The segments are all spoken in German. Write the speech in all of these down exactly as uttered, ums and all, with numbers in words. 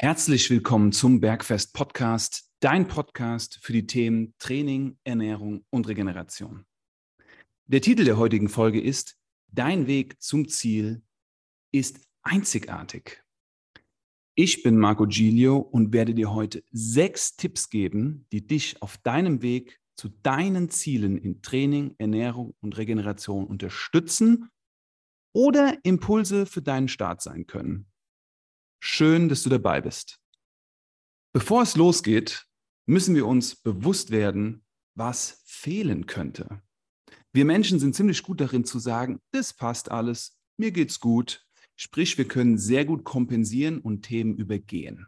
Herzlich willkommen zum Bergfest Podcast, dein Podcast für die Themen Training, Ernährung und Regeneration. Der Titel der heutigen Folge ist: Dein Weg zum Ziel ist einzigartig. Ich bin Marco Giglio und werde dir heute sechs Tipps geben, die dich auf deinem Weg zu deinen Zielen in Training, Ernährung und Regeneration unterstützen oder Impulse für deinen Start sein können. Schön, dass du dabei bist. Bevor es losgeht, müssen wir uns bewusst werden, was fehlen könnte. Wir Menschen sind ziemlich gut darin zu sagen, das passt alles, mir geht's gut. Sprich, wir können sehr gut kompensieren und Themen übergehen.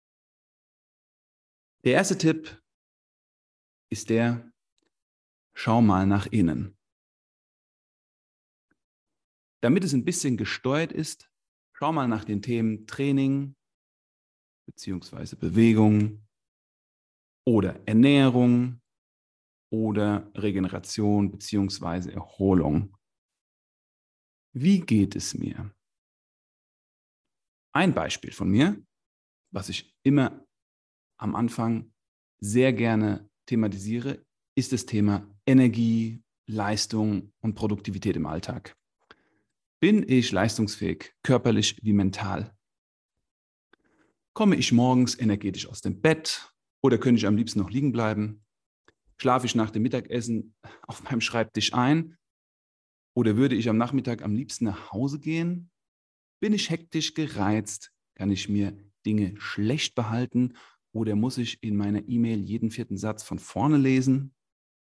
Der erste Tipp ist der: Schau mal nach innen. Damit es ein bisschen gesteuert ist, schau mal nach den Themen Training bzw. Bewegung oder Ernährung oder Regeneration bzw. Erholung. Wie geht es mir? Ein Beispiel von mir, was ich immer am Anfang sehr gerne thematisiere, ist das Thema Energie, Leistung und Produktivität im Alltag. Bin ich leistungsfähig, körperlich wie mental? Komme ich morgens energetisch aus dem Bett oder könnte ich am liebsten noch liegen bleiben? Schlafe ich nach dem Mittagessen auf meinem Schreibtisch ein oder würde ich am Nachmittag am liebsten nach Hause gehen? Bin ich hektisch gereizt? Kann ich mir Dinge schlecht behalten oder muss ich in meiner E-Mail jeden vierten Satz von vorne lesen?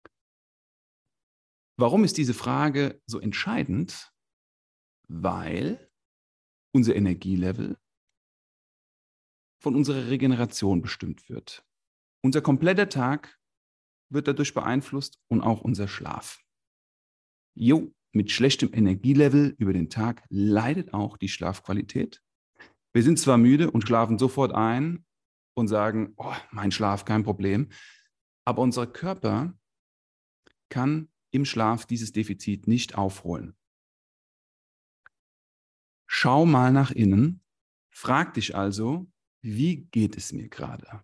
Warum ist diese Frage so entscheidend? Weil unser Energielevel von unserer Regeneration bestimmt wird. Unser kompletter Tag wird dadurch beeinflusst und auch unser Schlaf. Jo, mit schlechtem Energielevel über den Tag leidet auch die Schlafqualität. Wir sind zwar müde und schlafen sofort ein und sagen, oh, mein Schlaf, kein Problem, aber unser Körper kann im Schlaf dieses Defizit nicht aufholen. Schau mal nach innen, frag dich also, wie geht es mir gerade?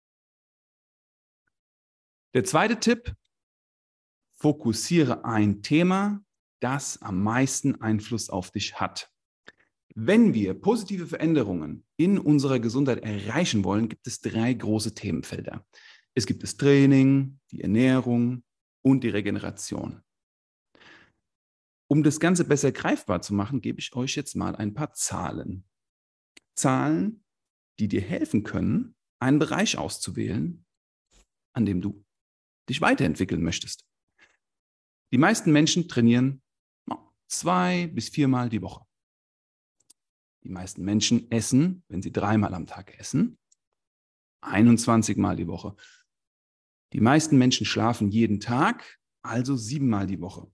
Der zweite Tipp: Fokussiere ein Thema, das am meisten Einfluss auf dich hat. Wenn wir positive Veränderungen in unserer Gesundheit erreichen wollen, gibt es drei große Themenfelder. Es gibt das Training, die Ernährung und die Regeneration. Um das Ganze besser greifbar zu machen, gebe ich euch jetzt mal ein paar Zahlen. Zahlen, die dir helfen können, einen Bereich auszuwählen, an dem du dich weiterentwickeln möchtest. Die meisten Menschen trainieren zwei bis viermal die Woche. Die meisten Menschen essen, wenn sie dreimal am Tag essen, einundzwanzig Mal die Woche. Die meisten Menschen schlafen jeden Tag, also siebenmal die Woche.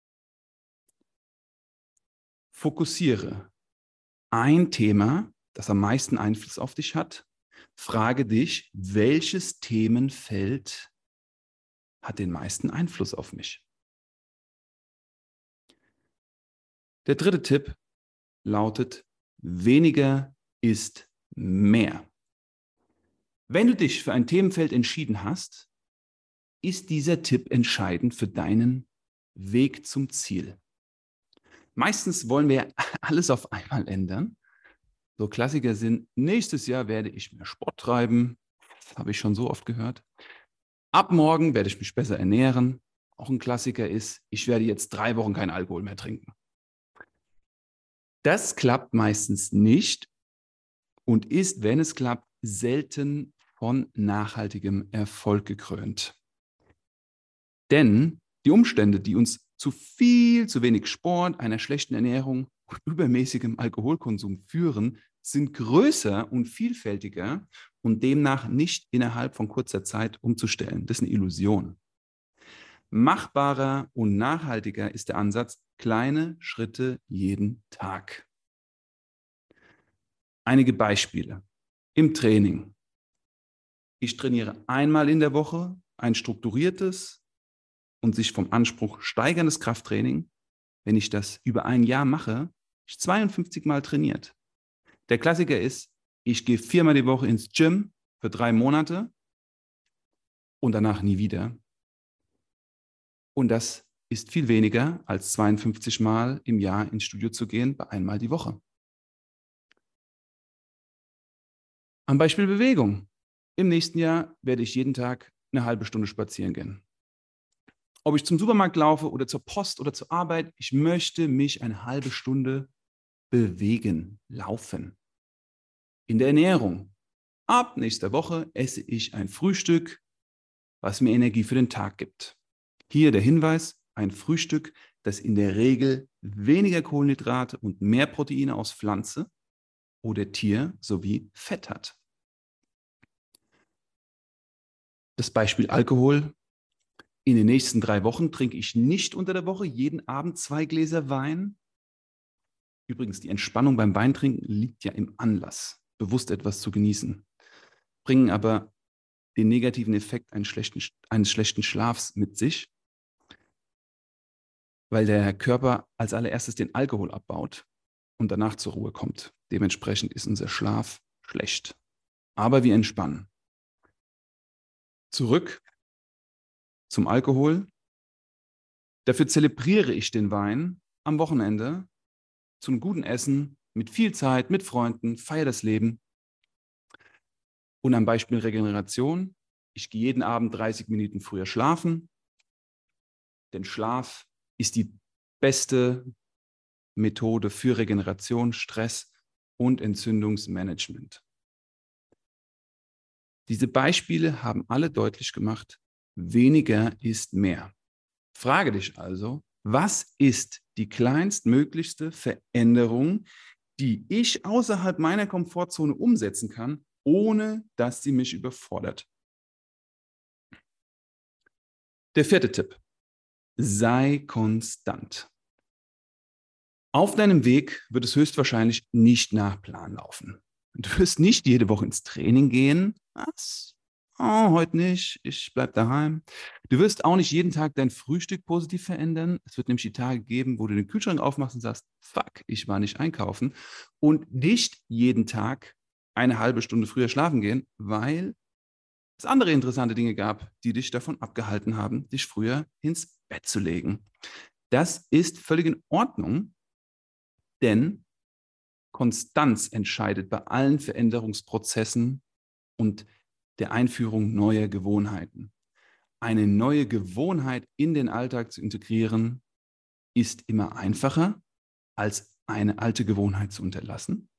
Fokussiere ein Thema, das am meisten Einfluss auf dich hat. Frage dich, welches Themenfeld hat den meisten Einfluss auf mich? Der dritte Tipp lautet: Weniger ist mehr. Wenn du dich für ein Themenfeld entschieden hast, ist dieser Tipp entscheidend für deinen Weg zum Ziel. Meistens wollen wir alles auf einmal ändern. So Klassiker sind: Nächstes Jahr werde ich mehr Sport treiben. Das habe ich schon so oft gehört. Ab morgen werde ich mich besser ernähren. Auch ein Klassiker ist: Ich werde jetzt drei Wochen keinen Alkohol mehr trinken. Das klappt meistens nicht und ist, wenn es klappt, selten von nachhaltigem Erfolg gekrönt. Denn die Umstände, die uns zu viel, zu wenig Sport, einer schlechten Ernährung und übermäßigem Alkoholkonsum führen, sind größer und vielfältiger und demnach nicht innerhalb von kurzer Zeit umzustellen. Das ist eine Illusion. Machbarer und nachhaltiger ist der Ansatz: kleine Schritte jeden Tag. Einige Beispiele. Im Training. Ich trainiere einmal in der Woche ein strukturiertes und sich vom Anspruch steigerndes Krafttraining. Wenn ich das über ein Jahr mache, ich zweiundfünfzig Mal trainiert. Der Klassiker ist: ich gehe viermal die Woche ins Gym für drei Monate und danach nie wieder. Und das ist viel weniger als zweiundfünfzig Mal im Jahr ins Studio zu gehen, bei einmal die Woche. Am Beispiel Bewegung. Im nächsten Jahr werde ich jeden Tag eine halbe Stunde spazieren gehen. Ob ich zum Supermarkt laufe oder zur Post oder zur Arbeit, ich möchte mich eine halbe Stunde bewegen, laufen. In der Ernährung. Ab nächster Woche esse ich ein Frühstück, was mir Energie für den Tag gibt. Hier der Hinweis, ein Frühstück, das in der Regel weniger Kohlenhydrate und mehr Proteine aus Pflanze oder Tier sowie Fett hat. Das Beispiel Alkohol. In den nächsten drei Wochen trinke ich nicht unter der Woche jeden Abend zwei Gläser Wein. Übrigens, die Entspannung beim Weintrinken liegt ja im Anlass, bewusst etwas zu genießen, bringen aber den negativen Effekt eines schlechten, eines schlechten Schlafs mit sich, weil der Körper als allererstes den Alkohol abbaut und danach zur Ruhe kommt. Dementsprechend ist unser Schlaf schlecht. Aber wir entspannen. Zurück zum Alkohol. Dafür zelebriere ich den Wein am Wochenende zu einem guten Essen, mit viel Zeit, mit Freunden, feiere das Leben. Und am Beispiel Regeneration. Ich gehe jeden Abend dreißig Minuten früher schlafen, denn Schlaf ist die beste Methode für Regeneration, Stress und Entzündungsmanagement. Diese Beispiele haben alle deutlich gemacht, weniger ist mehr. Frage dich also, was ist die kleinstmöglichste Veränderung, die ich außerhalb meiner Komfortzone umsetzen kann, ohne dass sie mich überfordert? Der vierte Tipp. Sei konstant. Auf deinem Weg wird es höchstwahrscheinlich nicht nach Plan laufen. Du wirst nicht jede Woche ins Training gehen. Was? Oh, heute nicht. Ich bleibe daheim. Du wirst auch nicht jeden Tag dein Frühstück positiv verändern. Es wird nämlich die Tage geben, wo du den Kühlschrank aufmachst und sagst, fuck, ich war nicht einkaufen. Und nicht jeden Tag eine halbe Stunde früher schlafen gehen, weil es andere interessante Dinge gab, die dich davon abgehalten haben, dich früher ins Bett zu legen. Das ist völlig in Ordnung, denn Konstanz entscheidet bei allen Veränderungsprozessen und der Einführung neuer Gewohnheiten. Eine neue Gewohnheit in den Alltag zu integrieren, ist immer einfacher, als eine alte Gewohnheit zu unterlassen.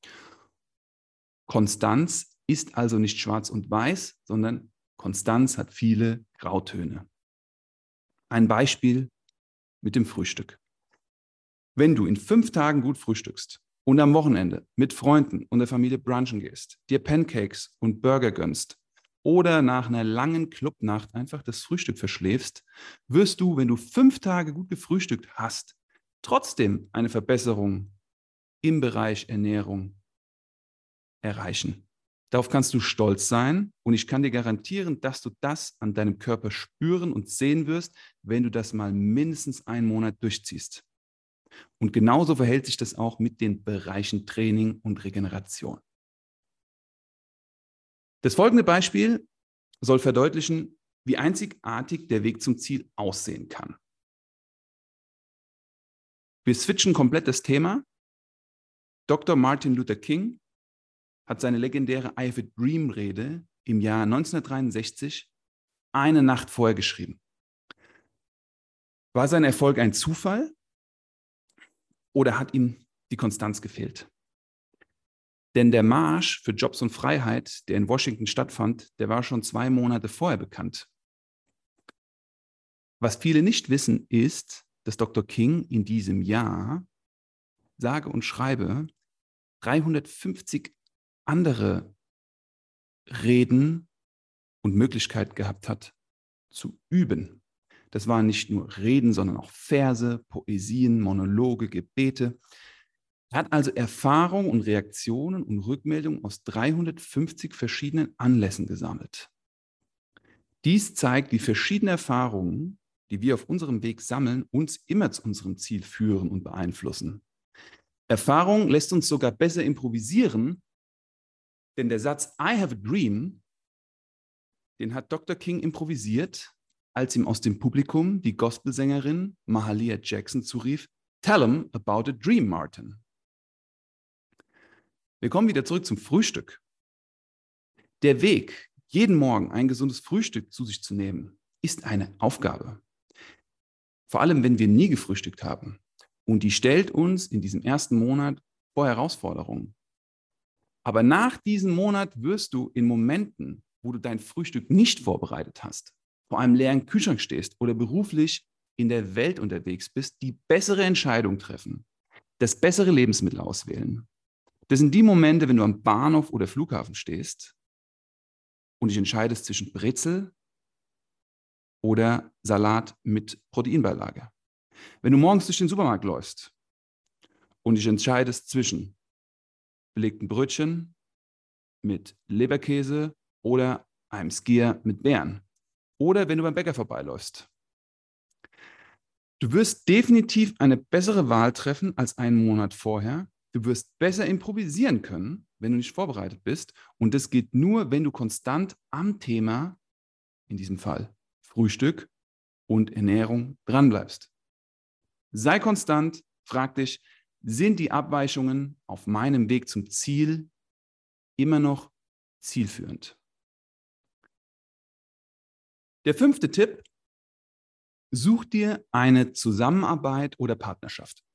Konstanz ist also nicht schwarz und weiß, sondern Konstanz hat viele Grautöne. Ein Beispiel mit dem Frühstück. Wenn du in fünf Tagen gut frühstückst und am Wochenende mit Freunden und der Familie brunchen gehst, dir Pancakes und Burger gönnst oder nach einer langen Clubnacht einfach das Frühstück verschläfst, wirst du, wenn du fünf Tage gut gefrühstückt hast, trotzdem eine Verbesserung im Bereich Ernährung erreichen. Darauf kannst du stolz sein und ich kann dir garantieren, dass du das an deinem Körper spüren und sehen wirst, wenn du das mal mindestens einen Monat durchziehst. Und genauso verhält sich das auch mit den Bereichen Training und Regeneration. Das folgende Beispiel soll verdeutlichen, wie einzigartig der Weg zum Ziel aussehen kann. Wir switchen komplett das Thema. Doktor Martin Luther King hat seine legendäre I Have a Dream-Rede im Jahr neunzehnhundertdreiundsechzig eine Nacht vorher geschrieben. War sein Erfolg ein Zufall oder hat ihm die Konstanz gefehlt? Denn der Marsch für Jobs und Freiheit, der in Washington stattfand, der war schon zwei Monate vorher bekannt. Was viele nicht wissen, ist, dass Doktor King in diesem Jahr, sage und schreibe, dreihundertfünfzig andere Reden und Möglichkeit gehabt hat, zu üben. Das waren nicht nur Reden, sondern auch Verse, Poesien, Monologe, Gebete. Er hat also Erfahrungen und Reaktionen und Rückmeldungen aus dreihundertfünfzig verschiedenen Anlässen gesammelt. Dies zeigt, wie verschiedene Erfahrungen, die wir auf unserem Weg sammeln, uns immer zu unserem Ziel führen und beeinflussen. Erfahrung lässt uns sogar besser improvisieren Denn der Satz I have a dream, den hat Doktor King improvisiert, als ihm aus dem Publikum die Gospelsängerin Mahalia Jackson zurief, Tell him about a dream, Martin. Wir kommen wieder zurück zum Frühstück. Der Weg, jeden Morgen ein gesundes Frühstück zu sich zu nehmen, ist eine Aufgabe. Vor allem, wenn wir nie gefrühstückt haben. Und die stellt uns in diesem ersten Monat vor Herausforderungen. Aber nach diesem Monat wirst du in Momenten, wo du dein Frühstück nicht vorbereitet hast, vor einem leeren Kühlschrank stehst oder beruflich in der Welt unterwegs bist, die bessere Entscheidung treffen, das bessere Lebensmittel auswählen. Das sind die Momente, wenn du am Bahnhof oder Flughafen stehst und dich entscheidest zwischen Brezel oder Salat mit Proteinbeilage. Wenn du morgens durch den Supermarkt läufst und dich entscheidest zwischen belegten Brötchen mit Leberkäse oder einem Skier mit Beeren. Oder wenn du beim Bäcker vorbeiläufst. Du wirst definitiv eine bessere Wahl treffen als einen Monat vorher. Du wirst besser improvisieren können, wenn du nicht vorbereitet bist. Und das geht nur, wenn du konstant am Thema, in diesem Fall Frühstück und Ernährung, dranbleibst. Sei konstant, frag dich, sind die Abweichungen auf meinem Weg zum Ziel immer noch zielführend? Der fünfte Tipp: Such dir eine Zusammenarbeit oder Partnerschaft.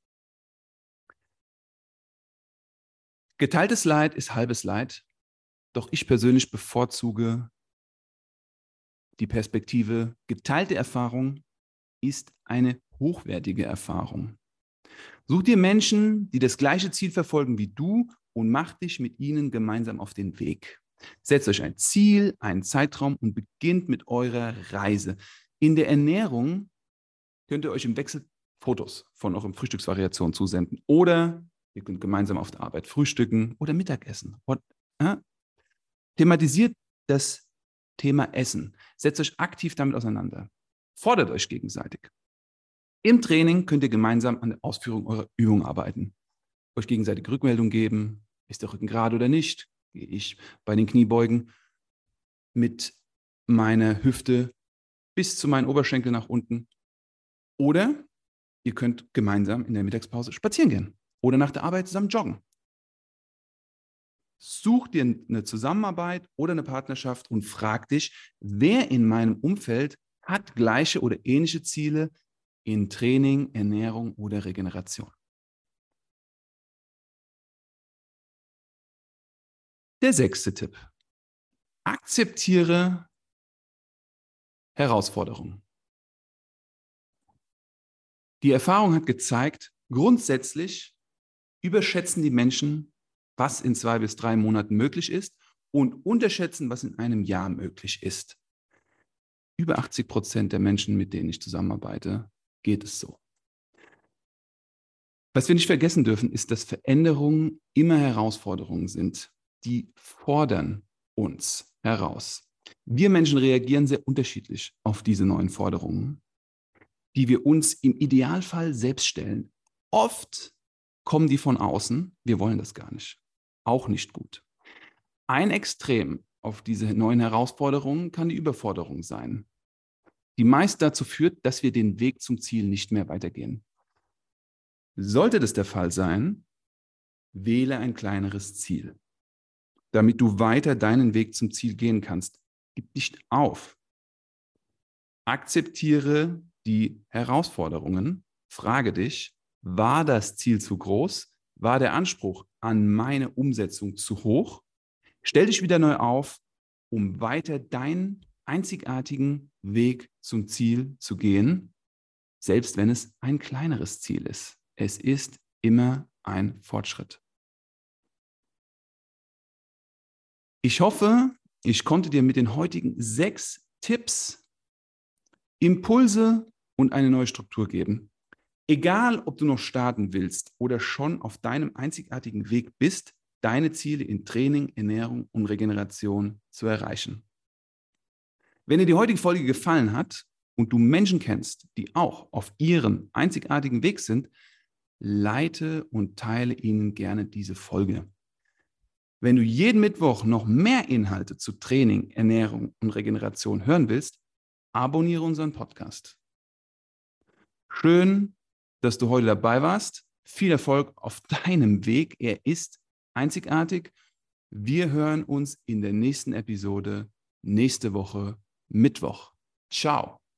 Geteiltes Leid ist halbes Leid, doch ich persönlich bevorzuge die Perspektive, geteilte Erfahrung ist eine hochwertige Erfahrung. Such dir Menschen, die das gleiche Ziel verfolgen wie du und mach dich mit ihnen gemeinsam auf den Weg. Setzt euch ein Ziel, einen Zeitraum und beginnt mit eurer Reise. In der Ernährung könnt ihr euch im Wechsel Fotos von euren Frühstücksvariationen zusenden oder ihr könnt gemeinsam auf der Arbeit frühstücken oder Mittagessen. Und, äh, thematisiert das Thema Essen. Setzt euch aktiv damit auseinander. Fordert euch gegenseitig. Im Training könnt ihr gemeinsam an der Ausführung eurer Übung arbeiten. Euch gegenseitig Rückmeldung geben. Ist der Rücken gerade oder nicht? Gehe ich bei den Kniebeugen mit meiner Hüfte bis zu meinen Oberschenkeln nach unten? Oder ihr könnt gemeinsam in der Mittagspause spazieren gehen oder nach der Arbeit zusammen joggen. Such dir eine Zusammenarbeit oder eine Partnerschaft und frag dich, wer in meinem Umfeld hat gleiche oder ähnliche Ziele in Training, Ernährung oder Regeneration. Der sechste Tipp: Akzeptiere Herausforderungen. Die Erfahrung hat gezeigt, grundsätzlich überschätzen die Menschen, was in zwei bis drei Monaten möglich ist und unterschätzen, was in einem Jahr möglich ist. Über achtzig Prozent der Menschen, mit denen ich zusammenarbeite, geht es so. Was wir nicht vergessen dürfen, ist, dass Veränderungen immer Herausforderungen sind. Die fordern uns heraus. Wir Menschen reagieren sehr unterschiedlich auf diese neuen Forderungen, die wir uns im Idealfall selbst stellen. Oft kommen die von außen. Wir wollen das gar nicht. Auch nicht gut. Ein Extrem auf diese neuen Herausforderungen kann die Überforderung sein, die meist dazu führt, dass wir den Weg zum Ziel nicht mehr weitergehen. Sollte das der Fall sein, wähle ein kleineres Ziel, damit du weiter deinen Weg zum Ziel gehen kannst. Gib nicht auf. Akzeptiere die Herausforderungen. Frage dich, war das Ziel zu groß? War der Anspruch an meine Umsetzung zu hoch? Stell dich wieder neu auf, um weiter deinen einzigartigen Weg zum Ziel zu gehen, selbst wenn es ein kleineres Ziel ist. Es ist immer ein Fortschritt. Ich hoffe, ich konnte dir mit den heutigen sechs Tipps Impulse und eine neue Struktur geben. Egal, ob du noch starten willst oder schon auf deinem einzigartigen Weg bist, deine Ziele in Training, Ernährung und Regeneration zu erreichen. Wenn dir die heutige Folge gefallen hat und du Menschen kennst, die auch auf ihrem einzigartigen Weg sind, leite und teile ihnen gerne diese Folge. Wenn du jeden Mittwoch noch mehr Inhalte zu Training, Ernährung und Regeneration hören willst, abonniere unseren Podcast. Schön, dass du heute dabei warst. Viel Erfolg auf deinem Weg. Er ist einzigartig. Wir hören uns in der nächsten Episode nächste Woche Mittwoch. Ciao.